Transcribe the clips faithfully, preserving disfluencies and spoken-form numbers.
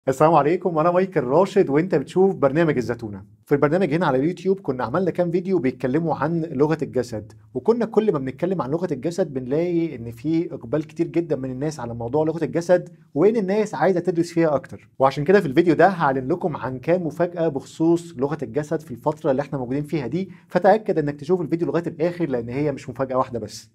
السلام عليكم، وانا مايكل راشد وانت بتشوف برنامج الزتونه. في البرنامج هنا على اليوتيوب كنا عملنا كام فيديو بيتكلموا عن لغه الجسد، وكنا كل ما بنتكلم عن لغه الجسد بنلاقي ان في اقبال كتير جدا من الناس على موضوع لغه الجسد، وان الناس عايزه تدرس فيها اكتر. وعشان كده في الفيديو ده هعلن لكم عن كام مفاجاه بخصوص لغه الجسد في الفتره اللي احنا موجودين فيها دي، فتاكد انك تشوف الفيديو لغايه الاخر لان هي مش مفاجاه واحده بس.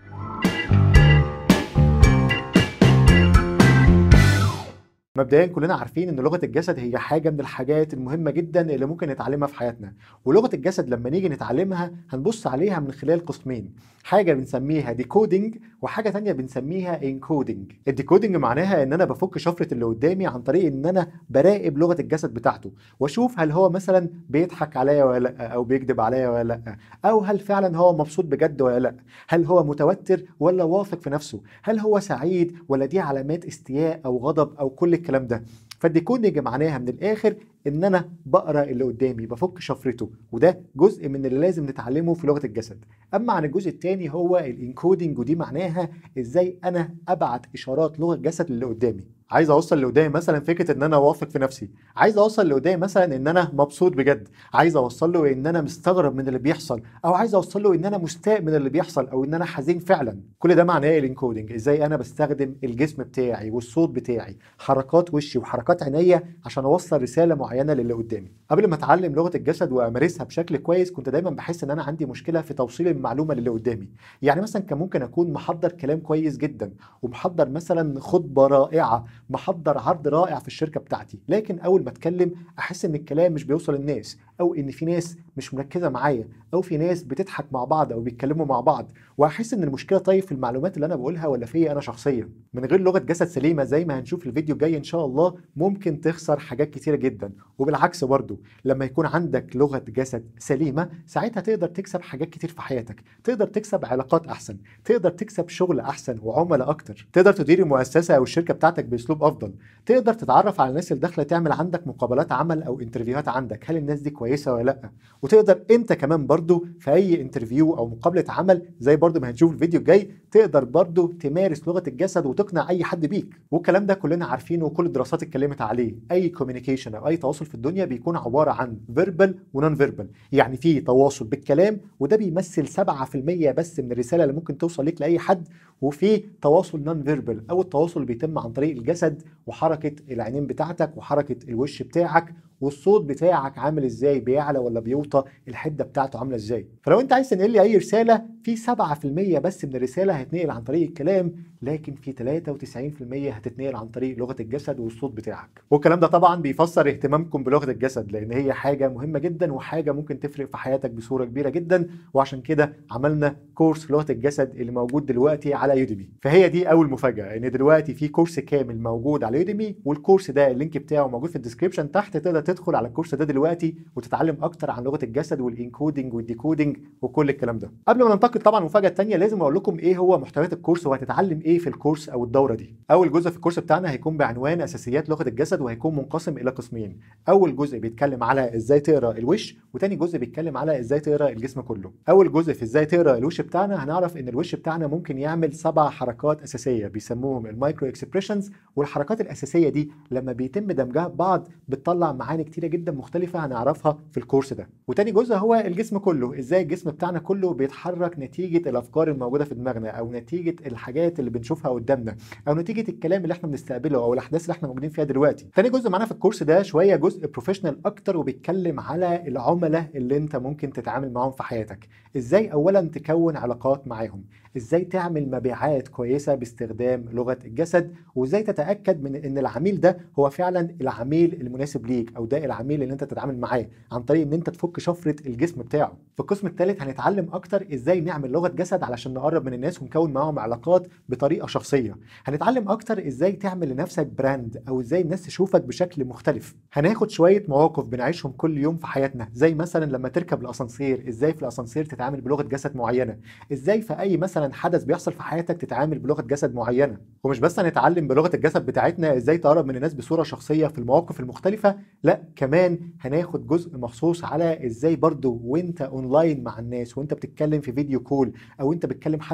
مبدئيا كلنا عارفين ان لغه الجسد هي حاجه من الحاجات المهمه جدا اللي ممكن نتعلمها في حياتنا، ولغه الجسد لما نيجي نتعلمها هنبص عليها من خلال قسمين، حاجه بنسميها ديكودنج وحاجه تانية بنسميها انكودنج. الديكودنج معناها ان انا بفك شفره اللي قدامي عن طريق ان انا براقب لغه الجسد بتاعته واشوف هل هو مثلا بيضحك عليا ولا لا، او بيكذب عليا ولا لا، او هل فعلا هو مبسوط بجد ولا لا، هل هو متوتر ولا واثق في نفسه، هل هو سعيد ولا دي علامات استياء او غضب او كل الكلام ده. فالديكودنج معناها من الاخر ان انا بقرا اللي قدامي، بفك شفرته، وده جزء من اللي لازم نتعلمه في لغه الجسد. اما عن الجزء الثاني هو الانكودنج، ودي معناها ازاي انا ابعت اشارات لغه الجسد اللي قدامي. عايز اوصل اللي قدامي مثلا فكره ان انا واثق في نفسي، عايز اوصل اللي قدامي مثلا ان انا مبسوط بجد، عايز اوصل له ان انا مستغرب من اللي بيحصل، او عايز اوصل له ان انا مستاء من اللي بيحصل، او ان انا حزين فعلا. كل ده معناه الانكودنج، ازاي انا بستخدم الجسم بتاعي والصوت بتاعي، حركات وشي وحركات عينيا عشان اوصل رساله معينه للي قدامي. قبل ما اتعلم لغه الجسد وامارسها بشكل كويس كنت دايما بحس ان انا عندي مشكله في توصيل المعلومه للي قدامي. يعني مثلا كان ممكن اكون محضر كلام كويس جدا، ومحضر مثلا خطبه رائعه، محضر عرض رائع في الشركه بتاعتي، لكن اول ما اتكلم احس ان الكلام مش بيوصل للناس، او ان في ناس مش مركزه معايا، او في ناس بتضحك مع بعض او بيتكلموا مع بعض، واحس ان المشكله طيب في المعلومات اللي انا بقولها ولا فيا انا شخصيا. من غير لغه جسد سليمه زي ما هنشوف الفيديو الجاي ان شاء الله ممكن تخسر حاجات كتيره جدا. وبالعكس برضو لما يكون عندك لغه جسد سليمه ساعتها تقدر تكسب حاجات كتير في حياتك، تقدر تكسب علاقات احسن، تقدر تكسب شغل احسن وعملاء اكتر، تقدر تدير المؤسسه او الشركه بتاعتك باسلوب افضل، تقدر تتعرف على الناس اللي داخله تعمل عندك مقابلات عمل او انترفيوهات عندك، هل الناس دي كويسه ولا لا، وتقدر انت كمان برضو في اي انترفيو او مقابله عمل زي برضو ما هنشوف الفيديو الجاي تقدر برضو تمارس لغه الجسد وتقنع اي حد بيك. والكلام ده كلنا عارفينه وكل الدراسات اتكلمت عليه، اي كوميونيكيشن او اي تواصل في الدنيا بيكون عباره عن فيربال ونون فيربال، يعني في تواصل بالكلام وده بيمثل سبعة في المية بس من الرساله اللي ممكن توصل ليك لاي حد، وفي تواصل نون فيربال او التواصل اللي بيتم عن طريق الجسد وحركه العينين بتاعتك وحركه الوش بتاعك، والصوت بتاعك عامل ازاي، بيعلى ولا بيوطى، الحده بتاعته عامله ازاي. فلو انت عايز تنقل لي اي رساله في سبعة في المية بس من الرساله هتنقل عن طريق الكلام، لكن في ثلاثة وتسعين في المية هتتنقل عن طريق لغه الجسد والصوت بتاعك. والكلام ده طبعا بيفسر اهتمامكم بلغه الجسد لان هي حاجه مهمه جدا وحاجه ممكن تفرق في حياتك بصوره كبيره جدا، وعشان كده عملنا كورس لغه الجسد اللي موجود دلوقتي على يوديمي. فهي دي اول مفاجاه، ان دلوقتي في كورس كامل موجود على يوديمي، والكورس ده اللينك بتاعه موجود في الديسكربشن تحت، تقدر تدخل على الكورس ده دلوقتي وتتعلم اكتر عن لغه الجسد والانكودنج والديكودنج وكل الكلام ده. قبل ما ننتقل طبعا المفاجاه الثانيه لازم اقول لكم ايه هو محتويات الكورس وهتتعلم ايه في الكورس او الدوره دي. اول جزء في الكورس بتاعنا هيكون بعنوان اساسيات لغه الجسد، وهيكون منقسم الى قسمين. اول جزء بيتكلم على ازاي تقرا الوش، وتاني جزء بيتكلم على ازاي تقرا الجسم كله. اول جزء في ازاي تقرا الوش بتاعنا هنعرف ان الوش بتاعنا ممكن يعمل سبع حركات اساسيه بيسموهم المايكرو اكسبريشنز، والحركات الاساسيه دي لما بيتم دمجها ببعض بتطلع معاني كتيره جدا مختلفه هنعرفها في الكورس ده. وتاني جزء هو الجسم كله، ازاي الجسم بتاعنا كله بيتحرك نتيجه الافكار الموجوده في دماغنا، او نتيجه الحاجات اللي بنشوفها قدامنا، او نتيجه الكلام اللي احنا بنستقبله او الاحداث اللي احنا موجودين فيها دلوقتي. تاني جزء معانا في الكورس ده شويه جزء بروفيشنال اكتر، وبيتكلم على العملاء اللي انت ممكن تتعامل معاهم في حياتك، ازاي اولا تكون علاقات معاهم، ازاي تعمل مبيعات كويسه باستخدام لغه الجسد، وازاي تتاكد من ان العميل ده هو فعلا العميل المناسب ليك، او ده العميل اللي انت تتعامل معاه عن طريق ان انت تفك شفره الجسم بتاعه. في القسم الثالث هنتعلم اكتر ازاي نعمل لغه جسد علشان نقرب من الناس ونكون معاهم علاقات بطريقه شخصيه. هنتعلم اكتر ازاي تعمل لنفسك براند، او ازاي الناس تشوفك بشكل مختلف. هناخد شويه مواقف بنعيشهم كل يوم في حياتنا، زي مثلا لما تركب الاسانسير ازاي في الاسانسير تتعامل بلغه جسد معينه، ازاي في اي مثلا حدث بيحصل في حياتك تتعامل بلغه جسد معينه. ومش بس هنتعلم بلغه الجسد بتاعتنا ازاي تقرب من الناس بصوره شخصيه في المواقف المختلفه، لا كمان هناخد جزء مخصوص على ازاي برضو وانت اونلاين مع الناس، وانت بتتكلم في فيديو كول، او انت بتكلم حد من صحابك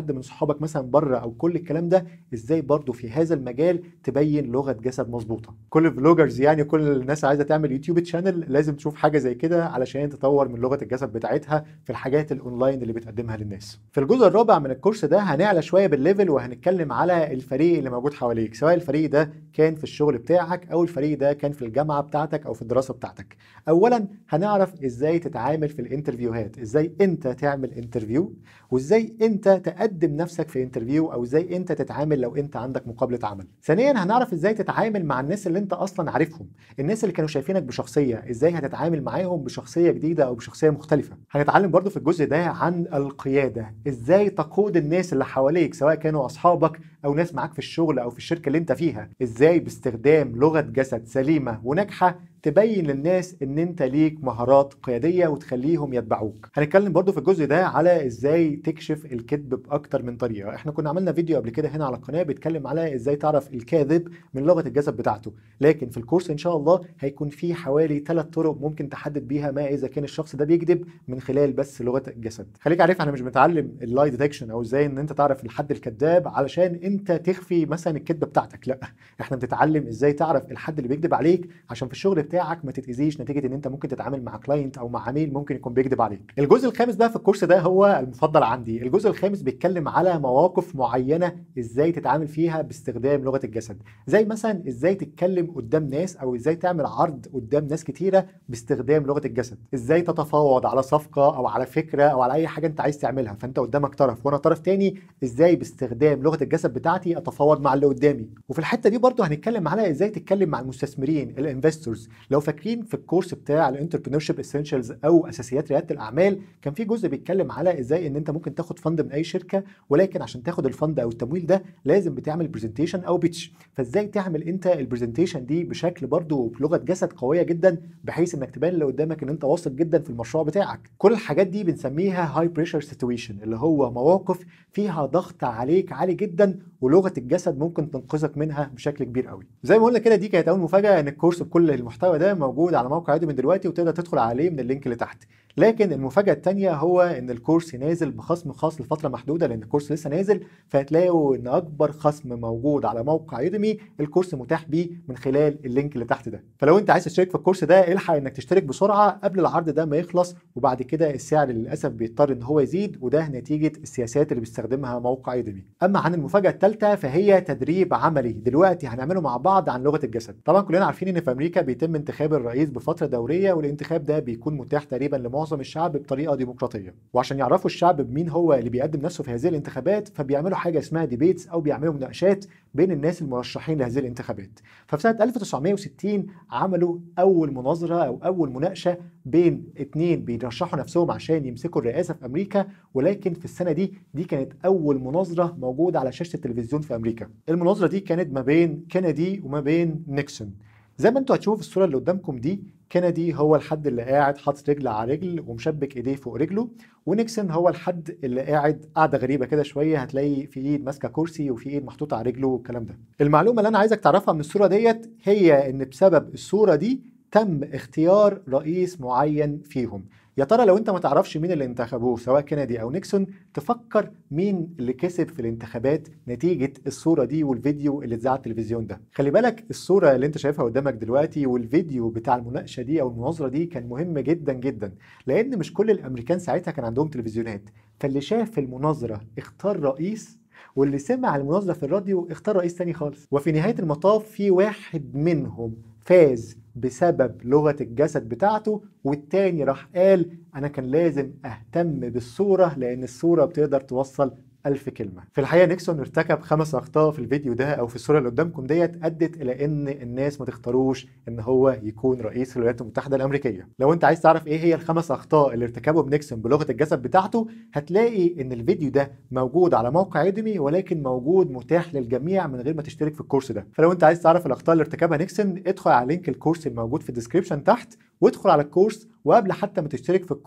اصحابك مثلا بره او كل الكلام ده، ازاي برضو في هذا المجال تبين لغه جسد مظبوطه. كل الفلوجرز يعني كل الناس عايزه تعمل يوتيوب تشانل لازم تشوف حاجه زي كده علشان تطور من لغه الجسد بتاعتها في الحاجات الاونلاين اللي بتقدمها للناس. في الجزء الرابع من الكورس ده هنعلى شويه بالليفل وهنتكلم على الفريق اللي موجود حواليك، سواء الفريق ده كان في الشغل بتاعك او الفريق ده كان في الجامعه بتاعتك او في الدراسه بتاعتك. اولا هنعرف ازاي تتعامل في الانترفيوهات، ازاي انت تعمل انترفيو، وازاي انت تقدم نفسك في انترفيو، او ازاي انت تتعامل لو انت عندك مقابله عمل. ثانيا هنعرف ازاي تتعامل مع الناس اللي انت اصلا عارفهم، الناس اللي كانوا شايفينك بشخصيه، ازاي هتتعامل معاهم بشخصيه جديده او بشخصيه مختلفه. هنتعلم برضو في الجزء ده عن القياده، ازاي تقود الناس اللي حواليك سواء كانوا اصحابك او ناس معاك في الشغل او في الشركه اللي انت فيها، ازاي باستخدام لغه جسد سليمه وناجحه تبين للناس ان انت ليك مهارات قياديه وتخليهم يتبعوك. هنتكلم برضو في الجزء ده على ازاي تكشف الكذب باكتر من طريقه. احنا كنا عملنا فيديو قبل كده هنا على القناه بيتكلم على ازاي تعرف الكاذب من لغه الجسد بتاعته، لكن في الكورس ان شاء الله هيكون في حوالي ثلاث طرق ممكن تحدد بيها ما اذا كان الشخص ده بيكذب من خلال بس لغه الجسد. خليك عارف احنا مش بنتعلم اللاي ديتكشن او ازاي ان انت تعرف الحد الكذاب علشان انت تخفي مثلا الكذبه بتاعتك، لا، احنا بنتعلم ازاي تعرف الحد اللي بيكذب عليك عشان في الشغل بتاعك ما تتاذيش نتيجه ان انت ممكن تتعامل مع كلاينت او مع عميل ممكن يكون بيكذب عليك. الجزء الخامس بقى في الكورس ده هو المفضل عندي. الجزء الخامس بيتكلم على مواقف معينه ازاي تتعامل فيها باستخدام لغه الجسد، زي مثلا ازاي تتكلم قدام ناس او ازاي تعمل عرض قدام ناس كتيره باستخدام لغه الجسد، ازاي تتفاوض على صفقه او على فكره او على اي حاجه انت عايز تعملها فانت قدامك طرف وانا طرف تاني، ازاي باستخدام لغه الجسد بتاعتي اتفاوض مع اللي قدامي. وفي الحته دي برضه هنتكلم على ازاي تتكلم مع المستثمرين الانفستورز. لو فاكرين في الكورس بتاع الانتربرينورشيب اسينشالز او اساسيات رياده الاعمال كان في جزء بيتكلم على ازاي ان انت ممكن تاخد فند من اي شركه، ولكن عشان تاخد الفند او التمويل ده لازم بتعمل برزنتيشن او بيتش، فازاي تعمل انت البرزنتيشن دي بشكل برضه بلغه جسد قويه جدا بحيث انك تبان اللي قدامك ان انت واثق جدا في المشروع بتاعك. كل الحاجات دي بنسميها هاي بريشر سيتويشن، اللي هو مواقف فيها ضغط عليك عالي جدا ولغه الجسد ممكن تنقذك منها بشكل كبير قوي. زي ما قلنا كده دي كانت اول مفاجاه ان الكورس بكل المحتوى ده موجود على موقع يوديمي من دلوقتي وتقدر تدخل عليه من اللينك اللي تحت. لكن المفاجاه الثانيه هو ان الكورس نازل بخصم خاص لفتره محدوده، لان الكورس لسه نازل، فهتلاقوا ان اكبر خصم موجود على موقع يوديمي الكورس متاح بيه من خلال اللينك اللي تحت ده. فلو انت عايز تشترك في الكورس ده الحق انك تشترك بسرعه قبل العرض ده ما يخلص، وبعد كده السعر للاسف بيضطر ان هو يزيد، وده نتيجه السياسات اللي بيستخدمها موقع يوديمي. اما عن المفاجاه الثالثه فهي تدريب عملي دلوقتي هنعمله مع بعض عن لغه الجسد. طبعا كلنا عارفين ان في امريكا بيتم انتخاب الرئيس بفتره دوريه، والانتخاب ده بيكون متاح تقريبا لمعظم الشعب بطريقه ديمقراطيه، وعشان يعرفوا الشعب بمين هو اللي بيقدم نفسه في هذه الانتخابات فبيعملوا حاجه اسمها ديبيتس او بيعملوا مناقشات بين الناس المرشحين لهذه الانتخابات. ففي سنه ألف وتسعمائة وستين عملوا اول مناظره او اول مناقشه بين اتنين بيرشحوا نفسهم عشان يمسكوا الرئاسه في امريكا، ولكن في السنه دي دي كانت اول مناظره موجوده على شاشه التلفزيون في امريكا. المناظره دي كانت ما بين كينيدي وما بين نيكسون. زي ما انتوا هتشوفوا في الصوره اللي قدامكم دي، كينيدي هو الحد اللي قاعد حاطط رجل على رجل ومشبك ايديه فوق رجله، ونيكسون هو الحد اللي قاعد قاعده غريبه كده شويه، هتلاقي في ايد ماسكه كرسي وفي ايد محطوطه على رجله والكلام ده. المعلومه اللي انا عايزك تعرفها من الصوره ديت هي ان بسبب الصوره دي تم اختيار رئيس معين فيهم. يا ترى لو انت ما تعرفش مين اللي انتخبوه سواء كينيدي او نيكسون، تفكر مين اللي كسب في الانتخابات نتيجة الصورة دي والفيديو اللي اتذاع على التلفزيون ده. خلي بالك الصورة اللي انت شايفها قدامك دلوقتي والفيديو بتاع المناقشة دي او المناظرة دي كان مهم جدا جدا، لان مش كل الامريكان ساعتها كان عندهم تلفزيونات، فاللي شاف المناظرة اختار رئيس، واللي سمع المناظرة في الراديو اختار رئيس تاني خالص. وفي نهاية المطاف في واحد منهم فاز بسبب لغة الجسد بتاعته، والتاني راح قال أنا كان لازم أهتم بالصورة لأن الصورة بتقدر توصل ألف كلمة. في الحقيقة نيكسون ارتكب خمس أخطاء في الفيديو ده أو في الصورة اللي قدامكم ديت أدت إلى إن الناس ما تختاروش إن هو يكون رئيس الولايات المتحدة الأمريكية. لو أنت عايز تعرف إيه هي الخمس أخطاء اللي ارتكبهم نيكسون بلغة الجسد بتاعته، هتلاقي إن الفيديو ده موجود على موقع يوديمي، ولكن موجود متاح للجميع من غير ما تشترك في الكورس ده. فلو أنت عايز تعرف الأخطاء اللي ارتكبها نيكسون، ادخل على لينك الكورس الموجود في الديسكريبشن تحت وادخل على الكورس، وقبل حتى ما تشترك في الكورس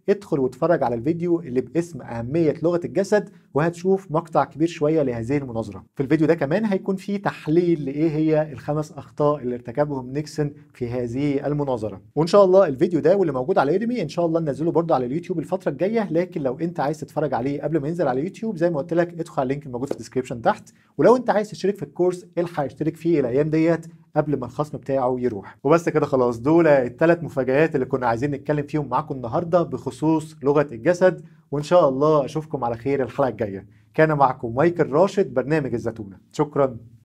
ادخل واتفرج على الفيديو اللي باسم أهمية لغة الجسد، وهتشوف مقطع كبير شوية لهذه المناظرة. في الفيديو ده كمان هيكون فيه تحليل لإيه هي الخمس أخطاء اللي ارتكبهم نيكسون في هذه المناظرة. وإن شاء الله الفيديو ده واللي موجود على يوديمي إن شاء الله ننزله برضه على اليوتيوب الفترة الجاية، لكن لو أنت عايز تتفرج عليه قبل ما ينزل على اليوتيوب زي ما قلت لك ادخل على اللينك الموجود في الديسكربشن تحت. ولو أنت عايز تشترك في الكورس الحق اشترك فيه الأيام ديت قبل ما الخصم بتاعه يروح. وبس كده خلاص، دول الثلاث مفاجآت اللي كنا عايزين نتكلم فيهم معاكم النهارده بخصوص لغة الجسد، وإن شاء الله أشوفكم على خير الحلقة الجاية. كان معكم مايكل راشد، برنامج الزتونة. شكرا.